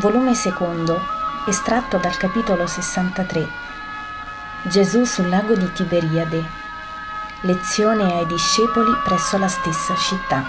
Volume secondo, estratto dal capitolo 63. Gesù sul lago di Tiberiade. Lezione ai discepoli presso la stessa città.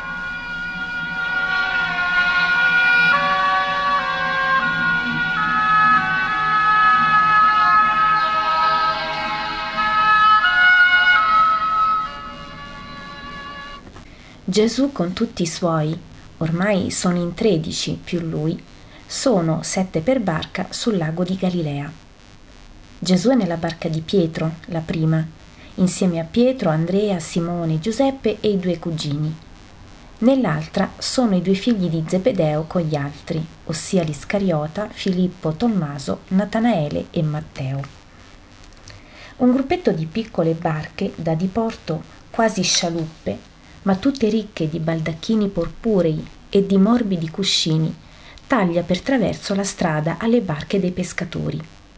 Gesù con tutti i suoi, ormai sono in 13 più lui, sono 7 per barca sul lago di Galilea. Gesù è nella barca di Pietro, la prima, insieme a Pietro, Andrea, Simone, Giuseppe e i 2 cugini. Nell'altra sono i 2 figli di Zebedeo con gli altri, ossia l'Iscariota, Filippo, Tommaso, Natanaele e Matteo. Un gruppetto di piccole barche da diporto, quasi scialuppe, ma tutte ricche di baldacchini porpurei e di morbidi cuscini, taglia per traverso la strada alle barche dei pescatori.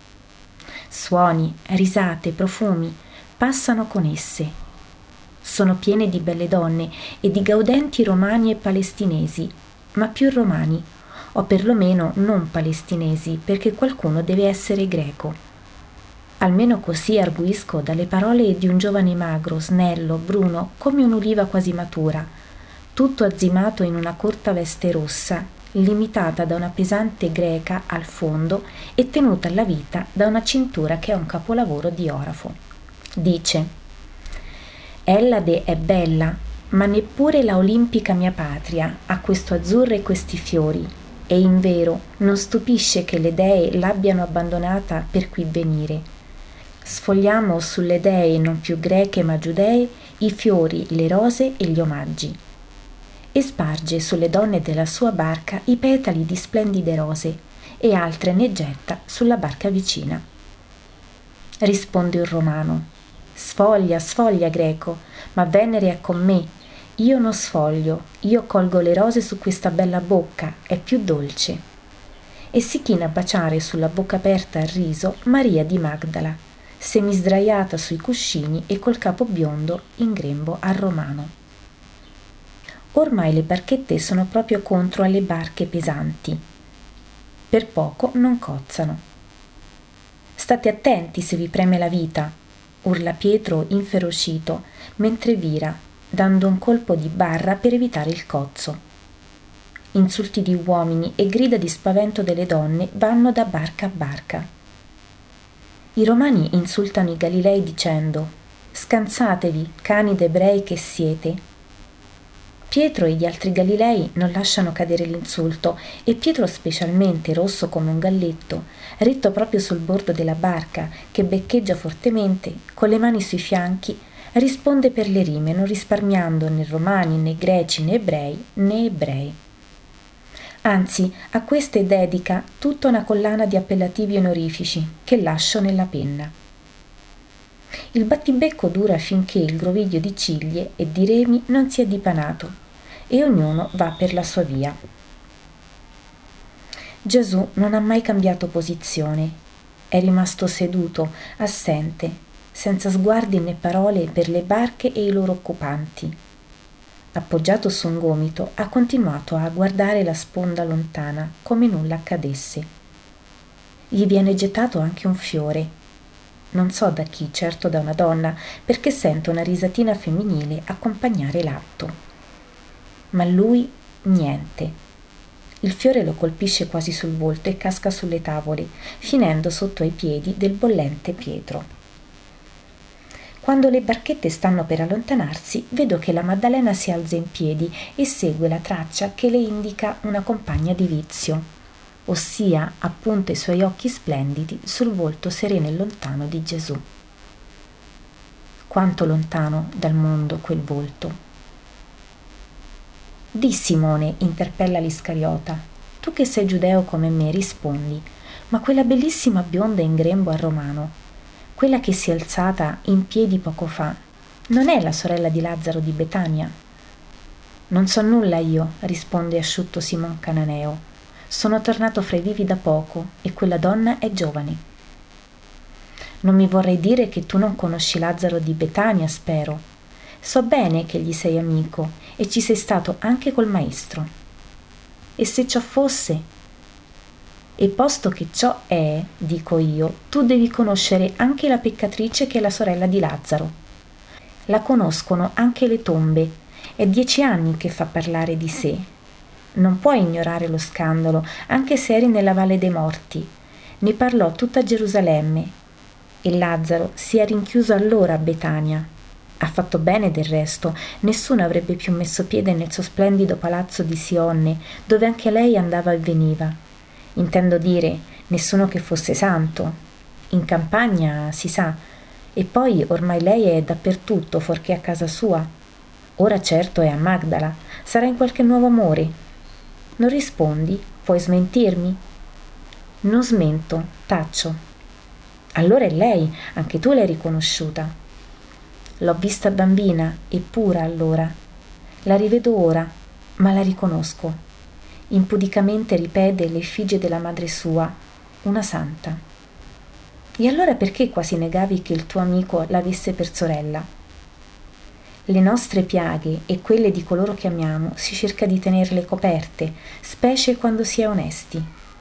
Suoni, risate, profumi passano con esse. Sono piene di belle donne e di gaudenti romani e palestinesi, ma più romani, o perlomeno non palestinesi, perché qualcuno deve essere greco. Almeno così arguisco dalle parole di un giovane magro, snello, bruno, come un'uliva quasi matura, tutto azzimato in una corta veste rossa, limitata da una pesante greca al fondo e tenuta alla vita da una cintura che è un capolavoro di orafo. Dice: «Ellade è bella, ma neppure la olimpica mia patria ha questo azzurro e questi fiori, e invero non stupisce che le dee l'abbiano abbandonata per qui venire. Sfogliamo sulle dee non più greche ma giudee i fiori, le rose e gli omaggi». E sparge sulle donne della sua barca i petali di splendide rose e altre ne getta sulla barca vicina. Risponde un romano: «Sfoglia, sfoglia, greco, ma Venere è con me. Io non sfoglio, io colgo le rose su questa bella bocca, è più dolce». E si china a baciare sulla bocca aperta al riso Maria di Magdala, semisdraiata sui cuscini e col capo biondo in grembo al romano. Ormai le barchette sono proprio contro alle barche pesanti. Per poco non cozzano. «State attenti se vi preme la vita», urla Pietro inferocito, mentre vira, dando un colpo di barra per evitare il cozzo. Insulti di uomini e grida di spavento delle donne vanno da barca a barca. I romani insultano i Galilei dicendo: «Scansatevi, cani d'ebrei che siete». Pietro e gli altri Galilei non lasciano cadere l'insulto e Pietro, specialmente rosso come un galletto, ritto proprio sul bordo della barca, che beccheggia fortemente, con le mani sui fianchi, risponde per le rime, non risparmiando né romani, né greci, né ebrei. Anzi, a queste dedica tutta una collana di appellativi onorifici che lascio nella penna. Il battibecco dura finché il groviglio di ciglia e di remi non si è dipanato e ognuno va per la sua via. Gesù non ha mai cambiato posizione, è rimasto seduto, assente, senza sguardi né parole per le barche e i loro occupanti. Appoggiato su un gomito, ha continuato a guardare la sponda lontana, come nulla accadesse. Gli viene gettato anche un fiore. Non so da chi, certo da una donna, perché sento una risatina femminile accompagnare l'atto. Ma lui niente. Il fiore lo colpisce quasi sul volto e casca sulle tavole, finendo sotto ai piedi del bollente Pietro. Quando le barchette stanno per allontanarsi, vedo che la Maddalena si alza in piedi e segue la traccia che le indica una compagna di vizio, ossia appunta i suoi occhi splendidi sul volto sereno e lontano di Gesù. Quanto lontano dal mondo quel volto! «Di Simone», interpella l'Iscariota, «tu che sei giudeo come me, rispondi, ma quella bellissima bionda in grembo al romano, quella che si è alzata in piedi poco fa, non è la sorella di Lazzaro di Betania?» «Non so nulla io», risponde asciutto Simon Cananeo, «sono tornato fra i vivi da poco e quella donna è giovane». «Non mi vorrei dire che tu non conosci Lazzaro di Betania, spero. So bene che gli sei amico e ci sei stato anche col maestro». «E se ciò fosse?» E posto che ciò è, dico io, tu devi conoscere anche la peccatrice che è la sorella di Lazzaro. La conoscono anche le tombe, è 10 anni che fa parlare di sé. Non puoi ignorare lo scandalo, anche se eri nella Valle dei Morti. Ne parlò tutta Gerusalemme. E Lazzaro si è rinchiuso allora a Betania. Ha fatto bene del resto, nessuno avrebbe più messo piede nel suo splendido palazzo di Sionne, dove anche lei andava e veniva. Intendo dire, nessuno che fosse santo. In campagna si sa, e poi ormai lei è dappertutto, fuorché a casa sua. Ora certo è a Magdala, sarà in qualche nuovo amore. Non rispondi? Puoi smentirmi? Non smento, taccio. Allora è lei, anche tu l'hai riconosciuta. L'ho vista bambina e pura allora. La rivedo ora, ma la riconosco. Impudicamente ripete l'effigie della madre sua, una santa. E allora perché quasi negavi che il tuo amico l'avesse per sorella? Le nostre piaghe e quelle di coloro che amiamo si cerca di tenerle coperte, specie quando si è onesti.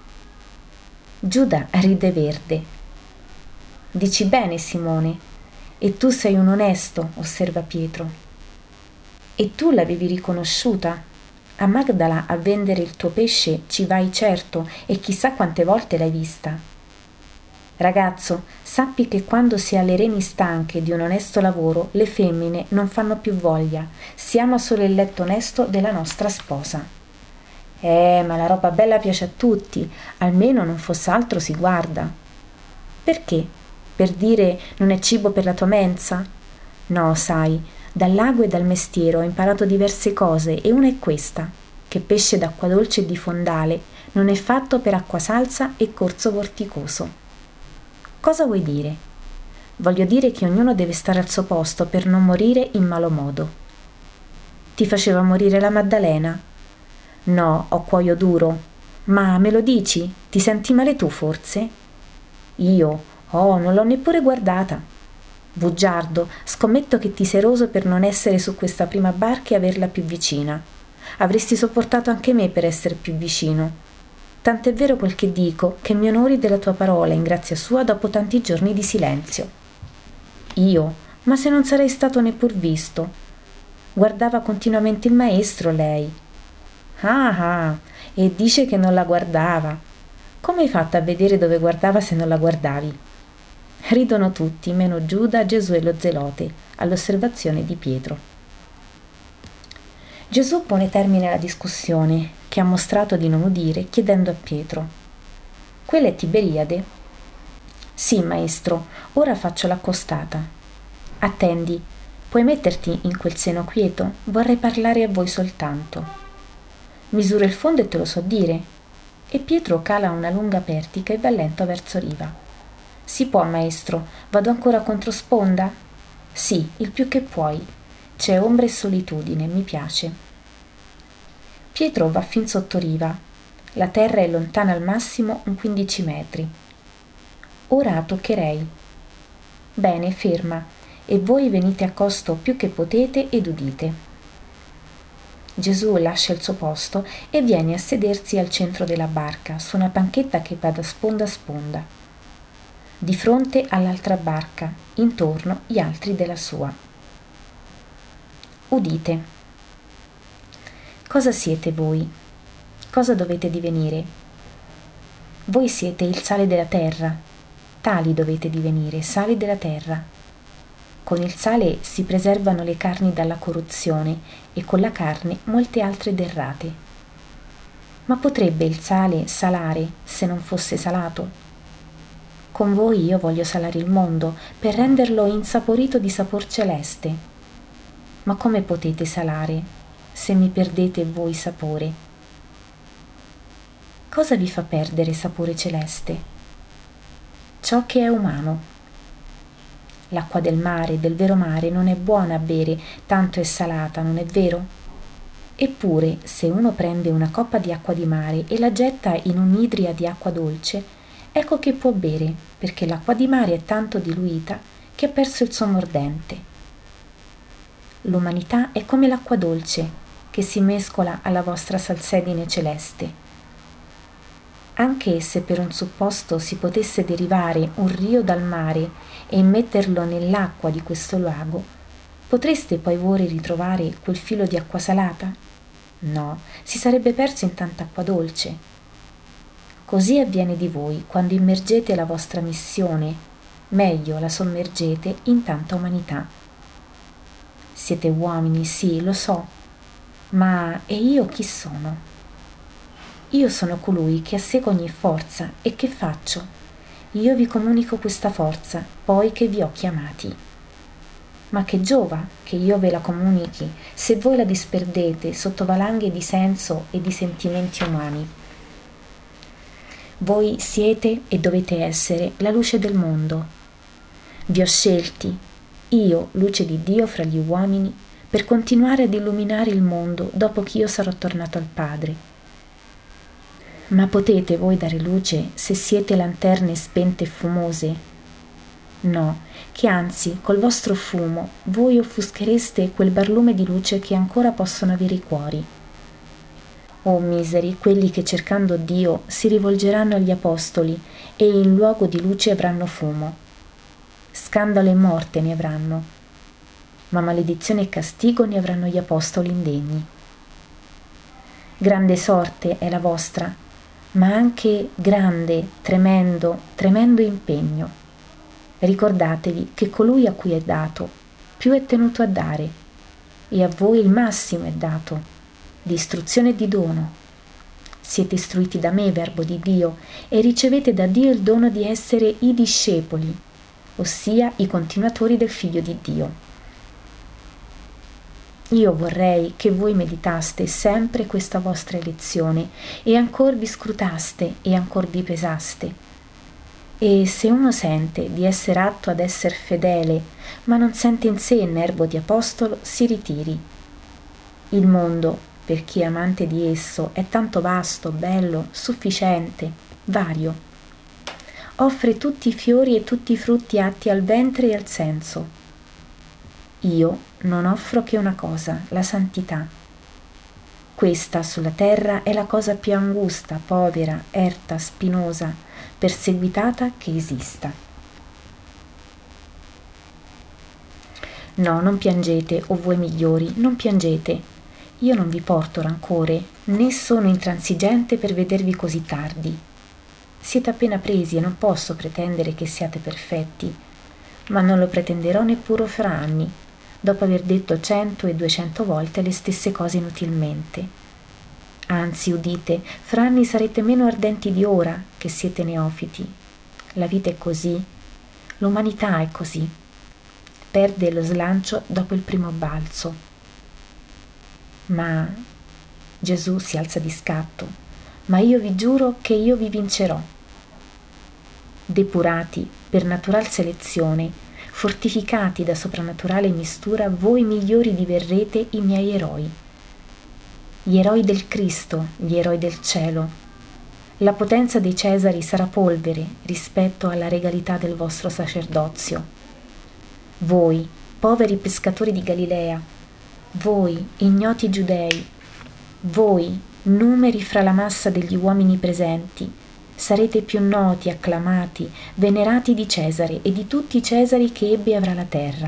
Giuda ride verde. Dici bene, Simone, e tu sei un onesto, osserva Pietro. E tu l'avevi riconosciuta? A Magdala a vendere il tuo pesce ci vai certo e chissà quante volte l'hai vista. Ragazzo, sappi che quando si ha le reni stanche di un onesto lavoro, le femmine non fanno più voglia, si ama solo il letto onesto della nostra sposa. Ma la roba bella piace a tutti, almeno non fosse altro si guarda. Perché? Per dire non è cibo per la tua mensa? No, sai, dal lago e dal mestiere ho imparato diverse cose e una è questa, che pesce d'acqua dolce e di fondale non è fatto per acqua salsa e corso vorticoso. Cosa vuoi dire? Voglio dire che ognuno deve stare al suo posto per non morire in malo modo. Ti faceva morire la Maddalena? No, ho cuoio duro. Ma me lo dici? Ti senti male tu forse? Io? Oh, non l'ho neppure guardata. Bugiardo, scommetto che ti sei roso per non essere su questa prima barca e averla più vicina. Avresti sopportato anche me per essere più vicino. Tant'è vero quel che dico, che mi onori della tua parola in grazia sua dopo tanti giorni di silenzio. Io? Ma se non sarei stato neppur visto. Guardava continuamente il maestro, lei. Ah, e dice che non la guardava. Come hai fatto a vedere dove guardava se non la guardavi? Ridono tutti, meno Giuda, Gesù e lo Zelote, all'osservazione di Pietro. Gesù pone termine alla discussione, che ha mostrato di non udire, chiedendo a Pietro: quella è Tiberiade? Sì, maestro, ora faccio l'accostata. Attendi, puoi metterti in quel seno quieto? Vorrei parlare a voi soltanto. Misuro il fondo e te lo so dire. E Pietro cala una lunga pertica e va lento verso riva. Si può, maestro, vado ancora contro sponda? Sì, il più che puoi. C'è ombra e solitudine, mi piace. Pietro va fin sotto riva. La terra è lontana al massimo un 15 metri. Ora toccherei. Bene, ferma, e voi venite accosto più che potete ed udite. Gesù lascia il suo posto e viene a sedersi al centro della barca, su una panchetta che va da sponda a sponda. Di fronte all'altra barca, intorno gli altri della sua. Udite. Cosa siete voi? Cosa dovete divenire? Voi siete il sale della terra. Tali dovete divenire, sali della terra. Con il sale si preservano le carni dalla corruzione e con la carne molte altre derrate. Ma potrebbe il sale salare se non fosse salato? Con voi io voglio salare il mondo per renderlo insaporito di sapor celeste. Ma come potete salare se mi perdete voi sapore? Cosa vi fa perdere sapore celeste? Ciò che è umano. L'acqua del mare, del vero mare, non è buona a bere, tanto è salata, non è vero? Eppure, se uno prende una coppa di acqua di mare e la getta in un'idria di acqua dolce, ecco che può bere, perché l'acqua di mare è tanto diluita che ha perso il suo mordente. L'umanità è come l'acqua dolce che si mescola alla vostra salsedine celeste. Anche se per un supposto si potesse derivare un rio dal mare e immetterlo nell'acqua di questo lago, potreste poi voi ritrovare quel filo di acqua salata? No, si sarebbe perso in tanta acqua dolce. Così avviene di voi quando immergete la vostra missione, meglio la sommergete in tanta umanità. Siete uomini, sì, lo so, ma e io chi sono? Io sono colui che ha seco ogni forza e che faccio? Io vi comunico questa forza, poi che vi ho chiamati. Ma che giova che io ve la comunichi se voi la disperdete sotto valanghe di senso e di sentimenti umani. Voi siete e dovete essere la luce del mondo. Vi ho scelti, io, luce di Dio fra gli uomini, per continuare ad illuminare il mondo dopo che io sarò tornato al Padre. Ma potete voi dare luce se siete lanterne spente e fumose? No, che anzi col vostro fumo voi offuschereste quel barlume di luce che ancora possono avere i cuori. O miseri, quelli che cercando Dio si rivolgeranno agli apostoli e in luogo di luce avranno fumo. Scandalo e morte ne avranno, ma maledizione e castigo ne avranno gli apostoli indegni. Grande sorte è la vostra, ma anche grande, tremendo impegno. Ricordatevi che colui a cui è dato, più è tenuto a dare, e a voi il massimo è dato, di istruzione e di dono. Siete istruiti da me, verbo di Dio, e ricevete da Dio il dono di essere i discepoli, ossia i continuatori del Figlio di Dio. Io vorrei che voi meditaste sempre questa vostra elezione e ancor vi scrutaste e ancor vi pesaste. E se uno sente di essere atto ad essere fedele, ma non sente in sé il nervo di apostolo, si ritiri. Il mondo, per chi è amante di esso, è tanto vasto, bello, sufficiente, vario. Offre tutti i fiori e tutti i frutti atti al ventre e al senso. Io non offro che una cosa, la santità. Questa sulla terra è la cosa più angusta, povera, erta, spinosa, perseguitata che esista. No, non piangete, o voi migliori, non piangete. Io non vi porto rancore, né sono intransigente per vedervi così tardi. Siete appena presi e non posso pretendere che siate perfetti, ma non lo pretenderò neppure fra anni, dopo aver detto 100 e 200 volte le stesse cose inutilmente. Anzi, udite, fra anni sarete meno ardenti di ora, che siete neofiti. La vita è così, l'umanità è così. Perde lo slancio dopo il primo balzo. Ma Gesù si alza di scatto. Ma io vi giuro che io vi vincerò. Depurati per natural selezione, fortificati da soprannaturale mistura, voi migliori diverrete i miei eroi. Gli eroi del Cristo, gli eroi del cielo. La potenza dei Cesari sarà polvere rispetto alla regalità del vostro sacerdozio. Voi, poveri pescatori di Galilea, voi, ignoti giudei, voi, numeri fra la massa degli uomini presenti, sarete più noti, acclamati, venerati di Cesare e di tutti i Cesari che ebbe avrà la terra.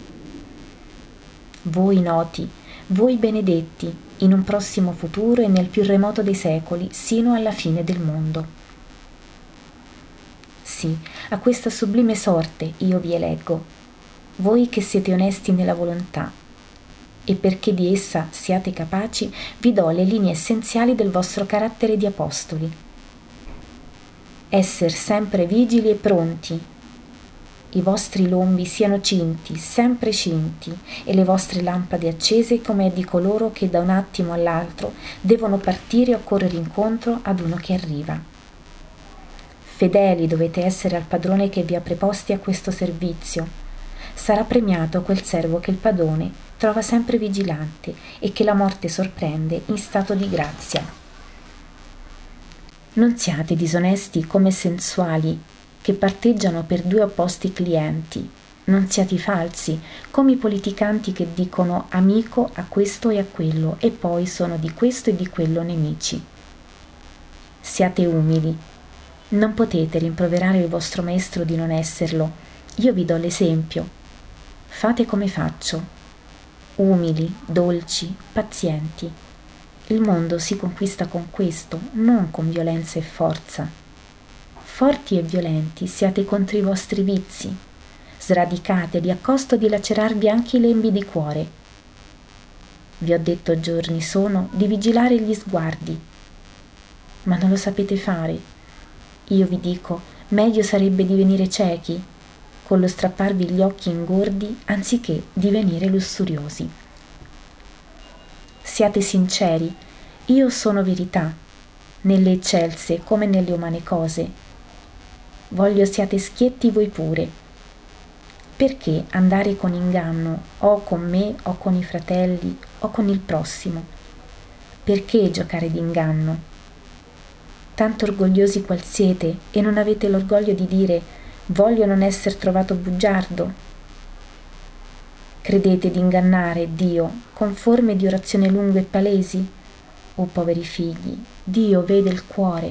Voi noti, voi benedetti, in un prossimo futuro e nel più remoto dei secoli, sino alla fine del mondo. Sì, a questa sublime sorte io vi eleggo, voi che siete onesti nella volontà, e perché di essa siate capaci, vi do le linee essenziali del vostro carattere di apostoli. Esser sempre vigili e pronti. I vostri lombi siano cinti, sempre cinti, e le vostre lampade accese come è di coloro che da un attimo all'altro devono partire o correre incontro ad uno che arriva. Fedeli dovete essere al padrone che vi ha preposti a questo servizio. Sarà premiato quel servo che il padrone trova sempre vigilante e che la morte sorprende in stato di grazia. Non siate disonesti come sensuali che parteggiano per due opposti clienti. Non siate falsi come i politicanti che dicono amico a questo e a quello e poi sono di questo e di quello nemici. Siate umili. Non potete rimproverare il vostro maestro di non esserlo. Io vi do l'esempio. Fate come faccio. Umili, dolci, pazienti. Il mondo si conquista con questo, non con violenza e forza. Forti e violenti siate contro i vostri vizi. Sradicateli a costo di lacerarvi anche i lembi di cuore. Vi ho detto giorni sono di vigilare gli sguardi, ma non lo sapete fare. Io vi dico, meglio sarebbe divenire ciechi, con lo strapparvi gli occhi ingordi, anziché divenire lussuriosi. Siate sinceri, io sono verità, nelle eccelse come nelle umane cose. Voglio siate schietti voi pure. Perché andare con inganno, o con me, o con i fratelli, o con il prossimo? Perché giocare d'inganno? Tanto orgogliosi qual siete e non avete l'orgoglio di dire voglio non esser trovato bugiardo? Credete di ingannare Dio con forme di orazione lunghe e palesi? O poveri figli, Dio vede il cuore.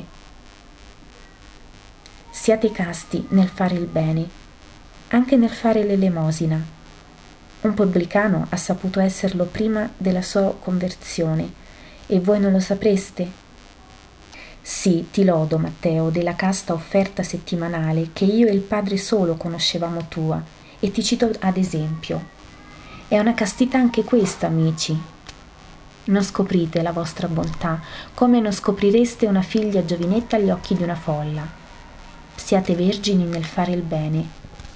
Siate casti nel fare il bene, anche nel fare l'elemosina. Un pubblicano ha saputo esserlo prima della sua conversione, e voi non lo sapreste? Sì, ti lodo, Matteo, della casta offerta settimanale che io e il Padre solo conoscevamo tua, e ti cito ad esempio. È una castità anche questa, amici. Non scoprite la vostra bontà, come non scoprireste una figlia giovinetta agli occhi di una folla. Siate vergini nel fare il bene.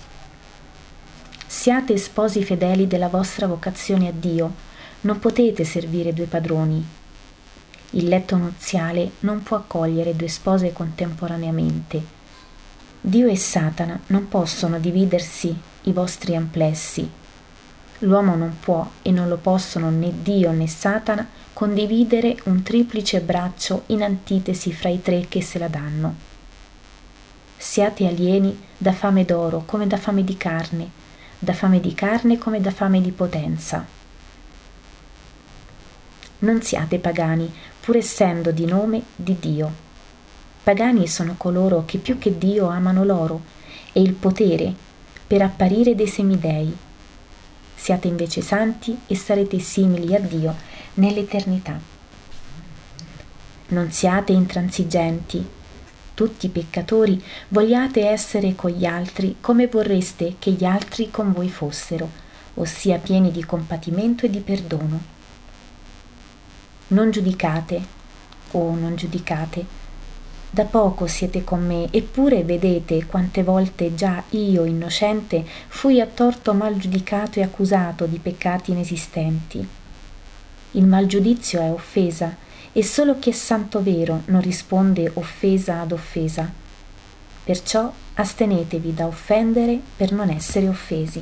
Siate sposi fedeli della vostra vocazione a Dio. Non potete servire due padroni. Il letto nuziale non può accogliere due spose contemporaneamente. Dio e Satana non possono dividersi i vostri amplessi. L'uomo non può e non lo possono né Dio né Satana condividere un triplice braccio in antitesi fra i tre che se la danno. Siate alieni da fame d'oro come da fame di carne come da fame di potenza. Non siate pagani, pur essendo di nome di Dio. Pagani sono coloro che più che Dio amano l'oro e il potere per apparire dei semidei. Siate invece santi e sarete simili a Dio nell'eternità. Non siate intransigenti. Tutti peccatori vogliate essere con gli altri come vorreste che gli altri con voi fossero, ossia pieni di compatimento e di perdono. Non giudicate, non giudicate. Da poco siete con me, eppure vedete quante volte già io, innocente, fui a torto mal giudicato e accusato di peccati inesistenti. Il malgiudizio è offesa, e solo chi è santo vero non risponde offesa ad offesa. Perciò astenetevi da offendere per non essere offesi.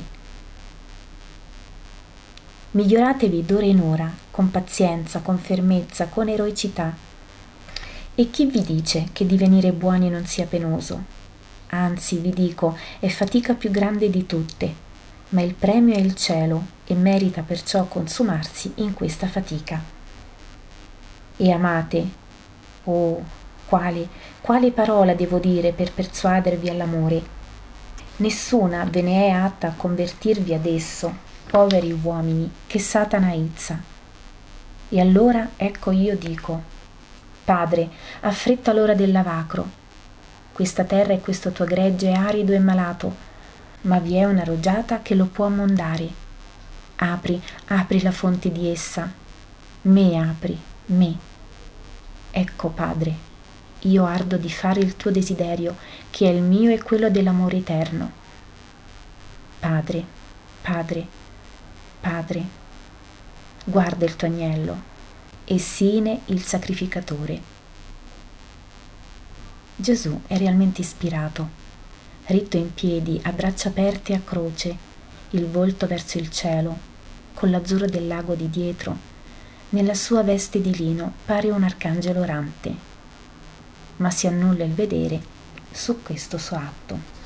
Miglioratevi d'ora in ora, con pazienza, con fermezza, con eroicità. E chi vi dice che divenire buoni non sia penoso? Anzi, vi dico, è fatica più grande di tutte, ma il premio è il cielo e merita perciò consumarsi in questa fatica. E amate. Oh, quale parola devo dire per persuadervi all'amore? Nessuna ve ne è atta a convertirvi ad esso, poveri uomini, che Satana izza. E allora ecco io dico, Padre, affretta l'ora del lavacro. Questa terra e questo tuo gregge è arido e malato, ma vi è una roggiata che lo può ammondare. Apri la fonte di essa. Me apri, me. Ecco, Padre, io ardo di fare il tuo desiderio, che è il mio e quello dell'amore eterno. Padre, Padre, Padre, guarda il tuo agnello, e sine il sacrificatore. Gesù è realmente ispirato, ritto in piedi, a braccia aperte a croce, il volto verso il cielo, con l'azzurro del lago di dietro, nella sua veste di lino pare un arcangelo orante, ma si annulla il vedere su questo suo atto.